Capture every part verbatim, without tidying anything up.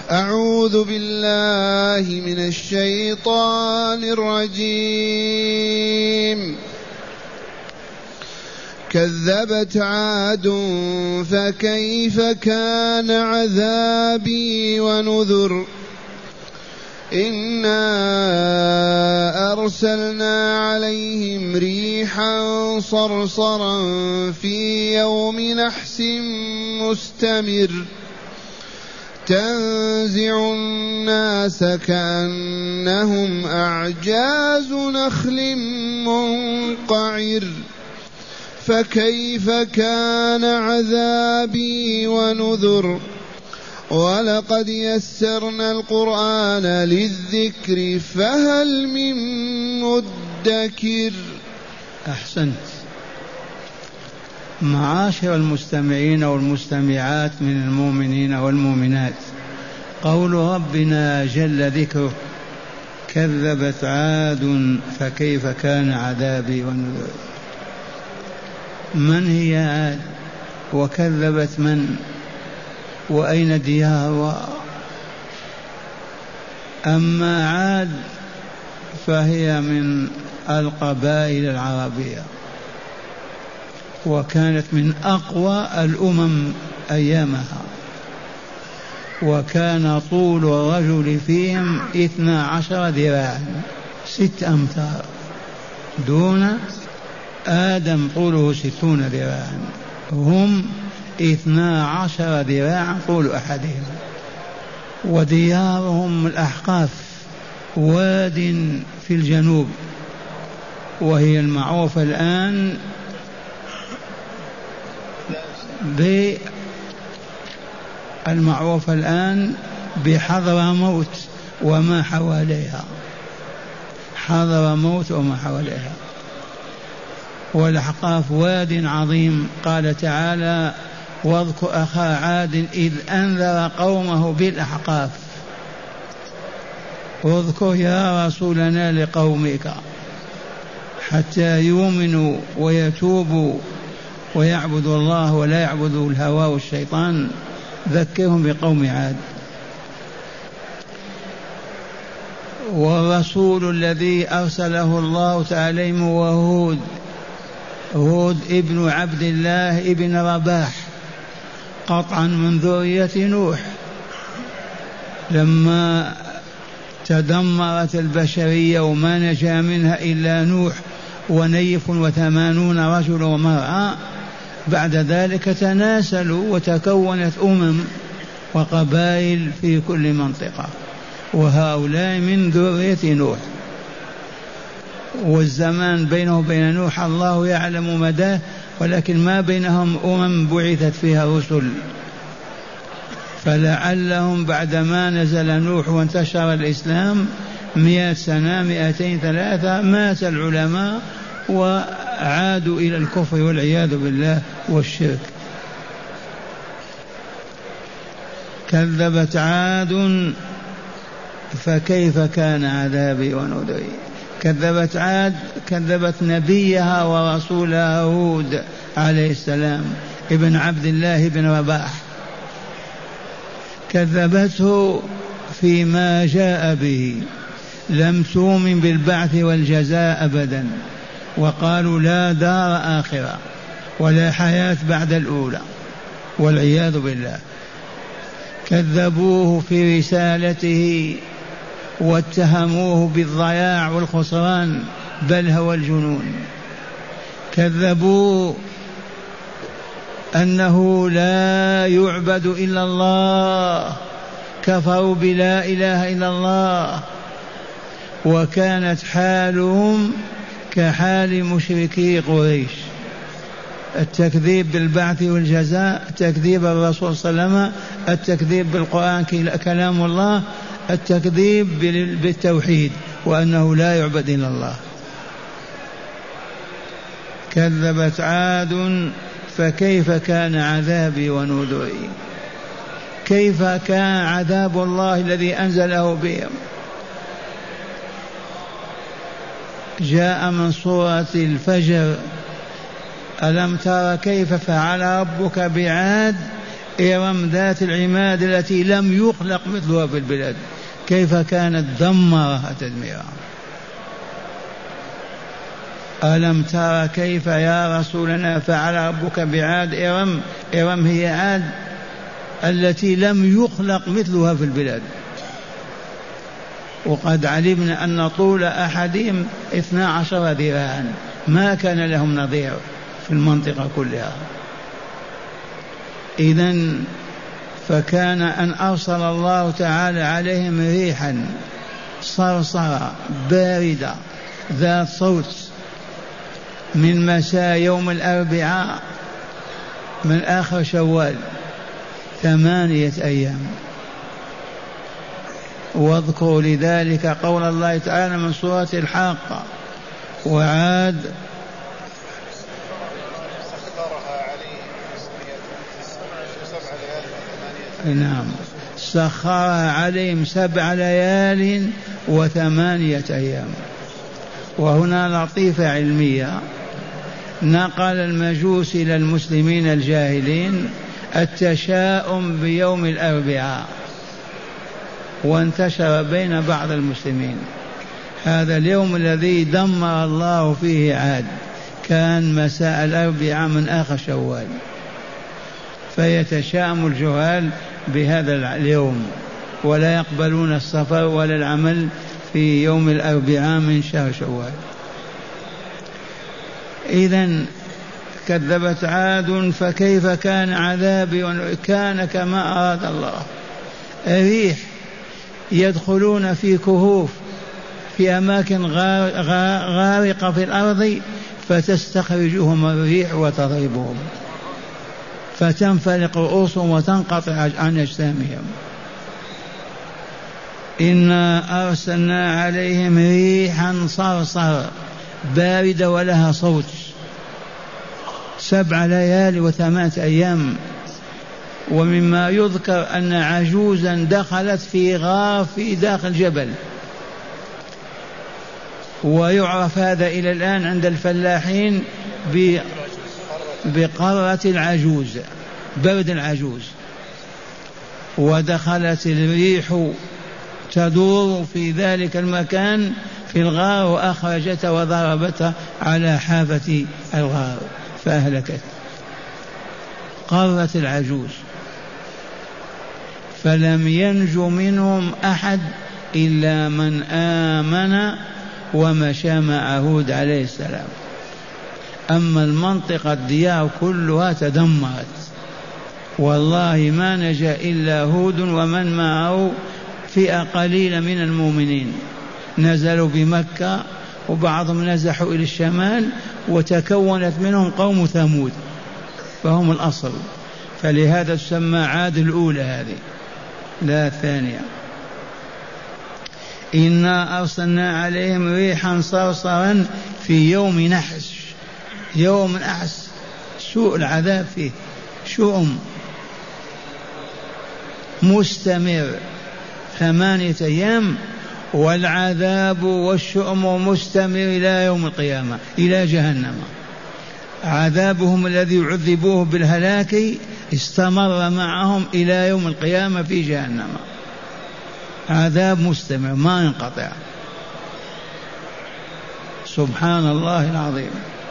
أعوذ بالله من الشيطان الرجيم. كذبت عاد فكيف كان عذابي ونذر. إنا أرسلنا عليهم ريحا صرصرا في يوم نحس مستمر تنزع الناس كأنهم أعجاز نخل منقعر فكيف كان عذابي ونذر. ولقد يسرنا القرآن للذكر فهل من مدكر. أحسنت. معاشر المستمعين والمستمعات من المؤمنين والمؤمنات، قول ربنا جل ذكره كذبت عاد فكيف كان عذابي ونذر. من هي عاد وكذبت من وأين ديارها؟ أما عاد فهي من القبائل العربية وكانت من أقوى الأمم أيامها، وكان طول الرجل فيهم اثنا عشر ذراعا ست أمتار، دون آدم طوله ستون ذراعا، هم اثنا عشر ذراعا طول أحدهم. وديارهم الأحقاف، واد في الجنوب، وهي المعروفة الآن بالمعروفة الآن بحضرموت وما حواليها، حضرموت وما حواليها. والأحقاف واد عظيم. قال تعالى واذكر أخا عاد إذ أنذر قومه بالأحقاف. واذكر يا رسولنا لقومك حتى يؤمنوا ويتوبوا ويعبدوا الله ولا يعبدوا الهوى والشيطان، ذكرهم بقوم عاد. والرسول الذي أرسله الله تعالى وهود، هود ابن عبد الله ابن رباح، قطعا من ذرية نوح. لما تدمرت البشرية وما نجا منها إلا نوح ونيف وثمانون رجل ومرأة، بعد ذلك تناسلوا وتكونت أمم وقبائل في كل منطقة، وهؤلاء من ذرية نوح. والزمان بينه وبين نوح الله يعلم مداه، ولكن ما بينهم أمم بعثت فيها رسل، فلعلهم بعدما نزل نوح وانتشر الإسلام مئة سنة مئتين ثلاثة مات العلماء وعادوا إلى الكفر والعياذ بالله والشرك. كذبت عاد فكيف كان عذابي ونذري. كذبت عاد، كذبت نبيها ورسولها هود عليه السلام ابن عبد الله بن رباح، كذبته فيما جاء به، لم تؤمن بالبعث والجزاء أبدا، وقالوا لا دار آخرة ولا حياة بعد الأولى والعياذ بالله. كذبوه في رسالته واتهموه بالضياع والخسران بل هو الجنون. كذبوا أنه لا يعبد إلا الله، كفروا بلا إله إلا الله، وكانت حالهم كحال مشركي قريش. التكذيب بالبعث والجزاء، التكذيب الرسول صلى الله عليه وسلم، التكذيب بالقرآن كلام الله، التكذيب بالتوحيد وأنه لا يعبد إلا الله. كذبت عاد فكيف كان عذابي ونذري. كيف كان عذاب الله الذي أنزله بهم؟ جاء من سورة الفجر ألم تر كيف فعل ربك بعاد إرم ذات العماد التي لم يخلق مثلها في البلاد، كيف كانت دمرها تدميرا. ألم ترى كيف يا رسولنا فعل ربك بعاد إرم؟ إرم هي عاد التي لم يخلق مثلها في البلاد، وقد علمنا أن طول أحدهم اثنا عشر ذراعا، ما كان لهم نظير في المنطقة كلها. إذن فكان أن أرسل الله تعالى عليهم ريحا صرصرة باردة ذات صوت من مساء يوم الأربعاء من آخر شوال ثمانية أيام. واذكروا لذلك قول الله تعالى من سورة الحاقة: وعاد نعم سخرها عليهم سبع ليال وثمانية أيام. وهنا لطيفة علمية، نقل المجوس إلى المسلمين الجاهلين التشاؤم بيوم الأربعاء، وانتشر بين بعض المسلمين. هذا اليوم الذي دمر الله فيه عاد كان مساء الأربعاء من آخر شوال، فيتشاءم الجهال بهذا اليوم ولا يقبلون السفر ولا العمل في يوم الأربعاء من شهر شوال. إذن كذبت عاد فكيف كان عذابي؟ كان كما أراد الله، ريح يدخلون في كهوف في أماكن غارقة في الأرض فتستخرجهم الريح وتضربهم فتنفلق رؤوسهم وتنقطع عن أجسامهم. إنا أرسلنا عليهم ريحا صرصر باردة ولها صوت سبع ليال وثمانية أيام. ومما يذكر أن عجوزا دخلت في غار في داخل جبل، ويعرف هذا إلى الآن عند الفلاحين بقرة العجوز، برد العجوز. ودخلت الريح تدور في ذلك المكان في الغار وأخرجتها وضربتها على حافة الغار فأهلكت. قرت العجوز فلم ينج منهم أحد إلا من آمن ومشى مع هود عليه السلام. أما المنطقة الديار كلها تدمرت، والله ما نجا إلا هود ومن معه فئة قليلة من المؤمنين نزلوا بمكة، وبعضهم نزحوا إلى الشمال وتكونت منهم قوم ثمود فهم الأصل. فلهذا تسمى عاد الأولى هذه لا الثانية. إنا أرسلنا عليهم ريحا صرصرا في يوم نحس، يوم نحس سوء العذاب فيه شؤم مستمر ثمانية أيام، والعذاب والشؤم مستمر إلى يوم القيامة إلى جهنم. عذابهم الذي يعذبوه بالهلاك استمر معهم إلى يوم القيامة في جهنم، عذاب مستمر ما ينقطع. سبحان الله العظيم.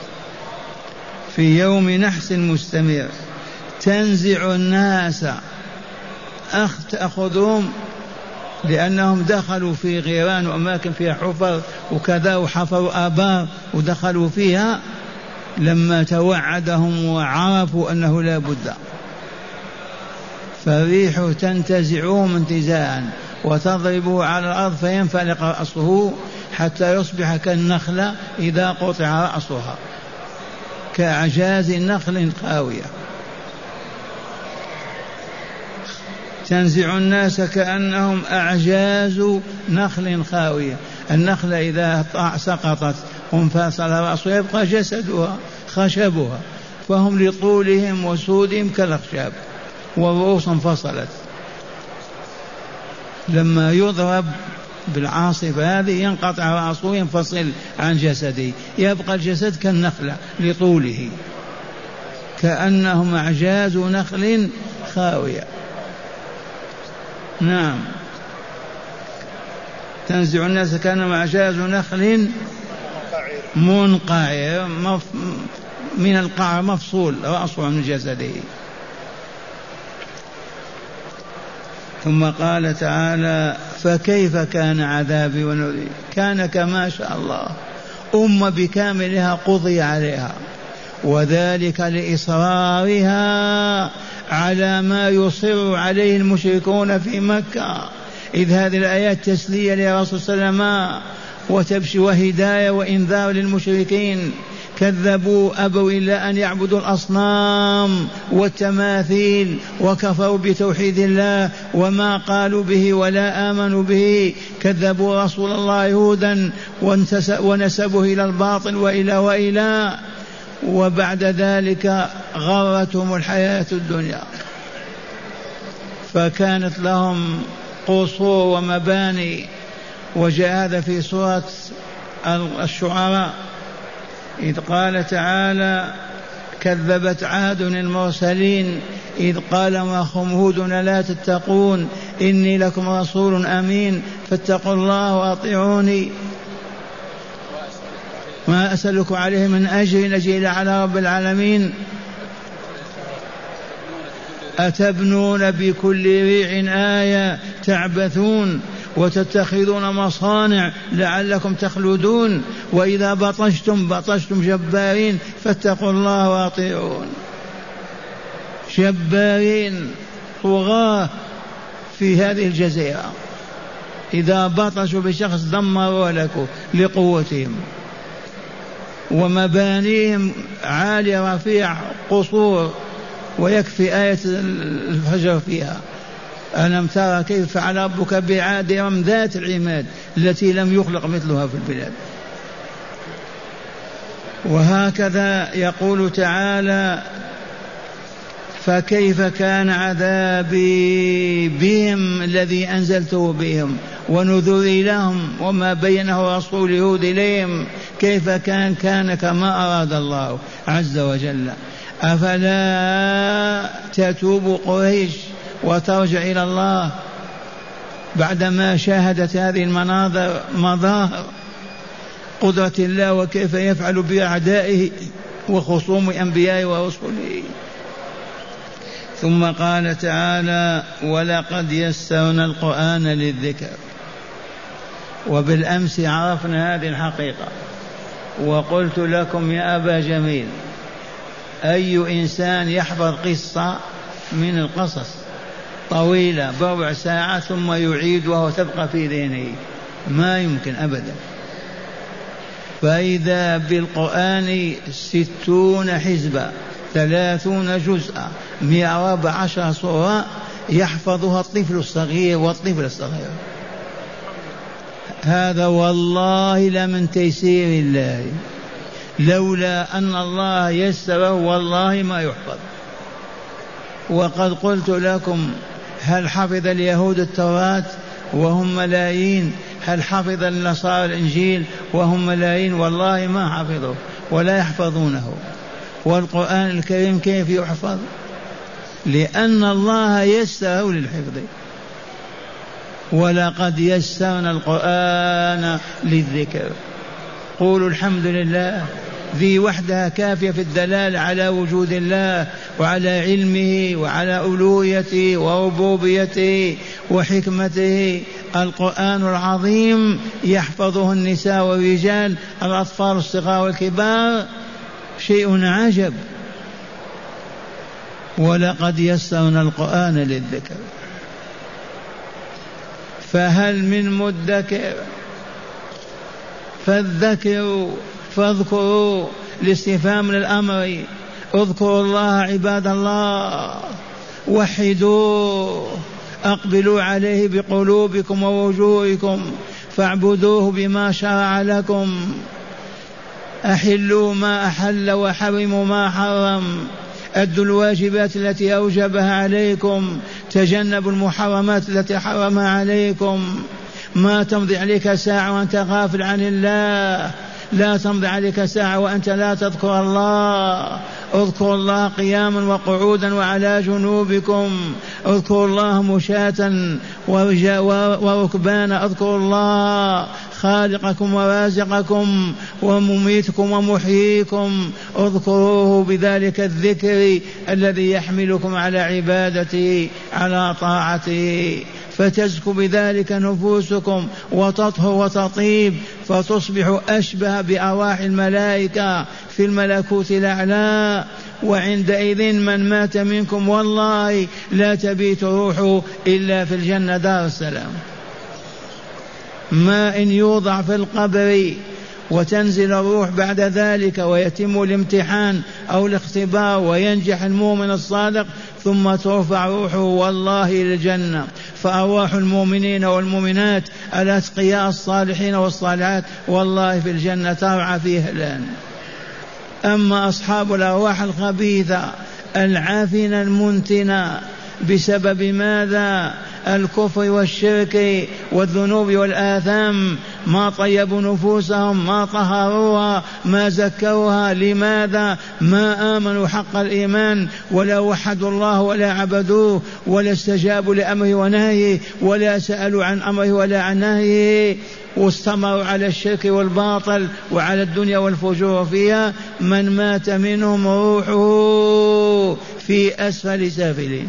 في يوم نحس مستمر تنزع الناس تأخذهم لأنهم دخلوا في غيران وأماكن فيها حفر وكذا وحفروا آبار ودخلوا فيها، لما توعدهم وعرفوا أنه لا بد، فالريح تنتزعهم انتزاعا وتضربه على الأرض فينفلق رأسه حتى يصبح كالنخلة إذا قطع رأسها، كأعجاز نخل خاوية. تنزع الناس كأنهم أعجاز نخل خاوية. النخلة إذا سقطت وانفصل رأسها يبقى جسدها خشبها، فهم لطولهم وسودهم كالأخشاب والرؤوس انفصلت. لما يضرب بالعاصفة هذه ينقطع رأسه ينفصل عن جسده، يبقى الجسد كالنخلة لطوله، كأنهم أعجاز نخل خاوية. نعم. تنزع الناس كأنما أعجاز نخل منقعر من القعر مفصول رأسه عن جسده. ثم قال تعالى فكيف كان عذابي ونذري. كان كما شاء الله، أمة بكاملها قضي عليها، وذلك لإصرارها على ما يصر عليه المشركون في مكة، إذ هذه الآيات تسلية لرسول صلى الله عليه وسلم وتبشر وهداية وإنذار للمشركين. كذبوا أبوا إلا أن يعبدوا الأصنام والتماثيل وكفروا بتوحيد الله وما قالوا به ولا آمنوا به. كذبوا رسول الله يهودا ونسبوا إلى الباطل وإلى وإلى وبعد ذلك غرتهم الحياة الدنيا، فكانت لهم قصور ومباني. وجاء هذا في سورة الشعراء إذ قال تعالى كذبت عاد المرسلين إذ قال أخوهم هود لا تتقون إني لكم رسول أمين فاتقوا الله وأطيعوني ما أسألكم عليه من أجر أجري على رب العالمين أتبنون بكل ريع آية تعبثون وتتخذون مصانع لعلكم تخلدون وإذا بطشتم بطشتم جبارين فاتقوا الله وأطيعون. جبارين طغاة في هذه الجزيرة، إذا بطشوا بشخص دمروا لكم لقوتهم ومبانيهم عالية رفيع قصور، ويكفي آية الفجر فيها. ألم ترى كيف فعل ربك بعاد إرم ذات العماد التي لم يخلق مثلها في البلاد. وهكذا يقول تعالى فكيف كان عذابي بهم الذي أنزلته بهم ونذري لهم وما بينه رسول يهود إليهم. كيف كان؟ كان كما أراد الله عز وجل. أفلا تتوب قريش وترجع إلى الله بعدما شاهدت هذه المناظر مظاهر قدرة الله وكيف يفعل بأعدائه وخصوم أنبيائه ورسله. ثم قال تعالى ولقد يسرنا القرآن للذكر. وبالأمس عرفنا هذه الحقيقة وقلت لكم يا أبا جميل أي إنسان يحفظ قصة من القصص طويلة بربع ساعة ثم يعيدها وتبقى في ذهنه؟ ما يمكن أبدا. فإذا بالقرآن ستون حزبا ثلاثون جزءا مئة وأربع عشر سورة يحفظها الطفل الصغير والطفل الصغير. هذا والله لمن تيسير الله، لولا أن الله يسره والله ما يحفظ. وقد قلت لكم هل حفظ اليهود التوراة وهم ملايين؟ هل حفظ النصارى الإنجيل وهم ملايين؟ والله ما حفظوا ولا يحفظونه. والقرآن الكريم كيف يحفظ؟ لأن الله يسره للحفظ. ولقد يسرنا القرآن للذكر. قولوا الحمد لله، ذي وحدها كافية في الدلالة على وجود الله وعلى علمه وعلى ألوهيته وربوبيته وحكمته. القرآن العظيم يحفظه النساء والرجال الأطفال الصغار والكبار، شيء عجب. ولقد يسرنا القرآن للذكر فهل من مدكر؟ فالذكروا فاذكروا الاستفهام للأمر. اذكروا الله عباد الله، وحدوه، أقبلوا عليه بقلوبكم ووجوهكم، فاعبدوه بما شرع لكم. أحلوا ما أحل وحرموا ما حرم، أدوا الواجبات التي أوجبها عليكم، تجنبوا المحرمات التي حرمها عليكم. ما تمضي عليك ساعة وأنت غافل عن الله، لا تمضي عليك ساعة وأنت لا تذكر الله. اذكروا الله قياما وقعودا وعلى جنوبكم، اذكروا الله مشاة وركبانا، اذكروا الله خالقكم ورازقكم ومميتكم ومحييكم، اذكروه بذلك الذكر الذي يحملكم على عبادته على طاعته، فتزكو بذلك نفوسكم وتطهر وتطيب، فتصبح أشبه بأرواح الملائكة في الملكوت الأعلى. وعندئذ من مات منكم والله لا تبيت روحه إلا في الجنة دار السلام. ما إن يوضع في القبر وتنزل الروح بعد ذلك ويتم الامتحان أو الاختبار وينجح المؤمن الصادق ثم ترفع روحه والله إلى الجنة. فأرواح المؤمنين والمؤمنات الأتقياء الصالحين والصالحات والله في الجنة ترعى فيها الآن. أما أصحاب الأرواح الخبيثة العافنة المنتنة بسبب ماذا؟ الكفر والشرك والذنوب والآثام، ما طيبوا نفوسهم، ما طهروها، ما زكوها. لماذا؟ ما آمنوا حق الإيمان، ولا وحدوا الله ولا عبدوه، ولا استجابوا لأمره ونهيه، ولا سألوا عن أمره ولا عن نهيه، واستمروا على الشرك والباطل وعلى الدنيا والفجور فيها. من مات منهم روحه في أسفل سافلين.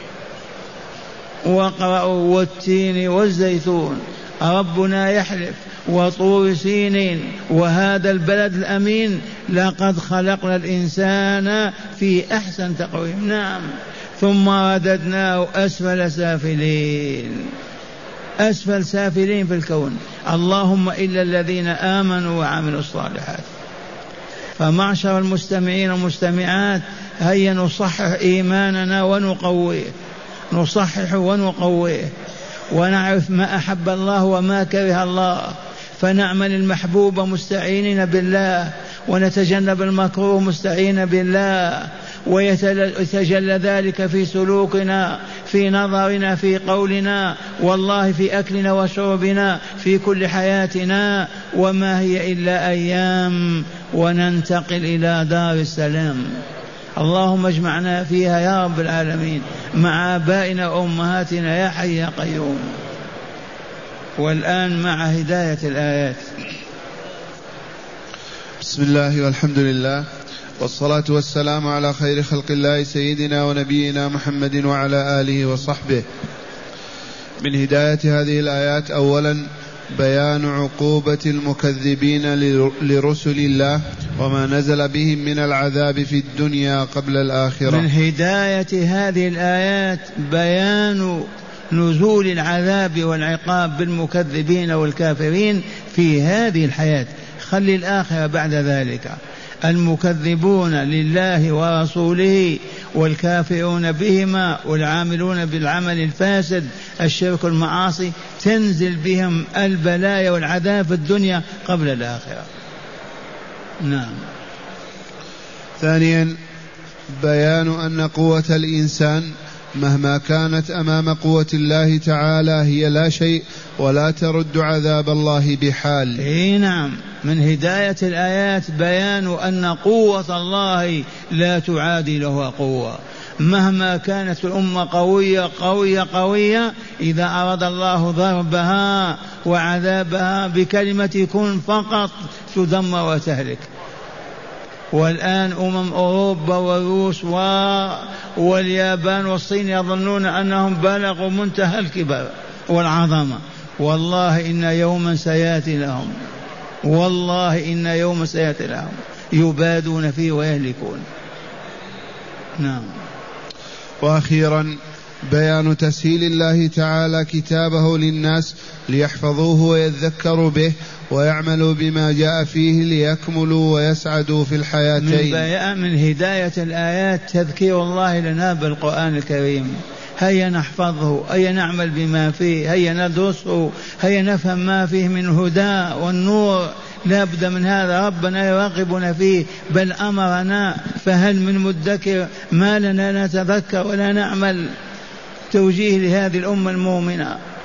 وقرأوا والتين والزيتون، ربنا يحلف وطور سينين وهذا البلد الأمين لقد خلقنا الإنسان في أحسن تقويم. نعم. ثم رددناه أسفل سافلين، أسفل سافلين في الكون. اللهم إلا الذين آمنوا وعملوا الصالحات. فمعشر المستمعين والمستمعات هيا نصحح إيماننا ونقويه، نصحح ونقويه، ونعرف ما أحب الله وما كره الله، فنعمل المحبوب مستعينين بالله، ونتجنب المكروه مستعين بالله، ويتجلى ذلك في سلوكنا، في نظرنا، في قولنا، والله في أكلنا وشربنا، في كل حياتنا. وما هي إلا أيام وننتقل إلى دار السلام. اللهم اجمعنا فيها يا رب العالمين مع آبائنا وأمهاتنا يا حي يا قيوم. والآن مع هداية الآيات. بسم الله والحمد لله والصلاة والسلام على خير خلق الله سيدنا ونبينا محمد وعلى آله وصحبه. من هداية هذه الآيات أولا بيان عقوبة المكذبين لرسل الله وما نزل بهم من العذاب في الدنيا قبل الآخرة. من هداية هذه الآيات بيان نزول العذاب والعقاب بالمكذبين والكافرين في هذه الحياة، خلي الآخرة بعد ذلك. المكذبون لله ورسوله والكافرون بهما والعاملون بالعمل الفاسد الشرك المعاصي تنزل بهم البلايا والعذاب في الدنيا قبل الآخرة. نعم. ثانيا بيان أن قوة الإنسان مهما كانت أمام قوة الله تعالى هي لا شيء ولا ترد عذاب الله بحال. إيه نعم. من هداية الآيات بيان أن قوة الله لا تعادله قوة، مهما كانت الأمة قوية قوية قوية، إذا أراد الله ضربها وعذابها بكلمة كن فقط تدمر وتهلك. والآن أمم أوروبا والروس واليابان والصين يظنون أنهم بلغوا منتهى الكبر والعظمة. والله إن يوما سيأتي لهم، والله إن يوما سيأتي لهم يبادون فيه ويهلكون. نعم. وأخيرا بيان تسهيل الله تعالى كتابه للناس ليحفظوه ويذكروا به ويعملوا بما جاء فيه ليكملوا ويسعدوا في الحياتين. من, من هداية الآيات تذكير الله لنا بالقرآن الكريم. هيا نحفظه، هيا نعمل بما فيه، هيا ندرسه، هيا نفهم ما فيه من هدى والنور. لا بد من هذا، ربنا يراقبنا فيه بل أمرنا، فهل من مدكر؟ ما لنا نتذكر ولا نعمل؟ توجيه لهذه الأمة المؤمنة.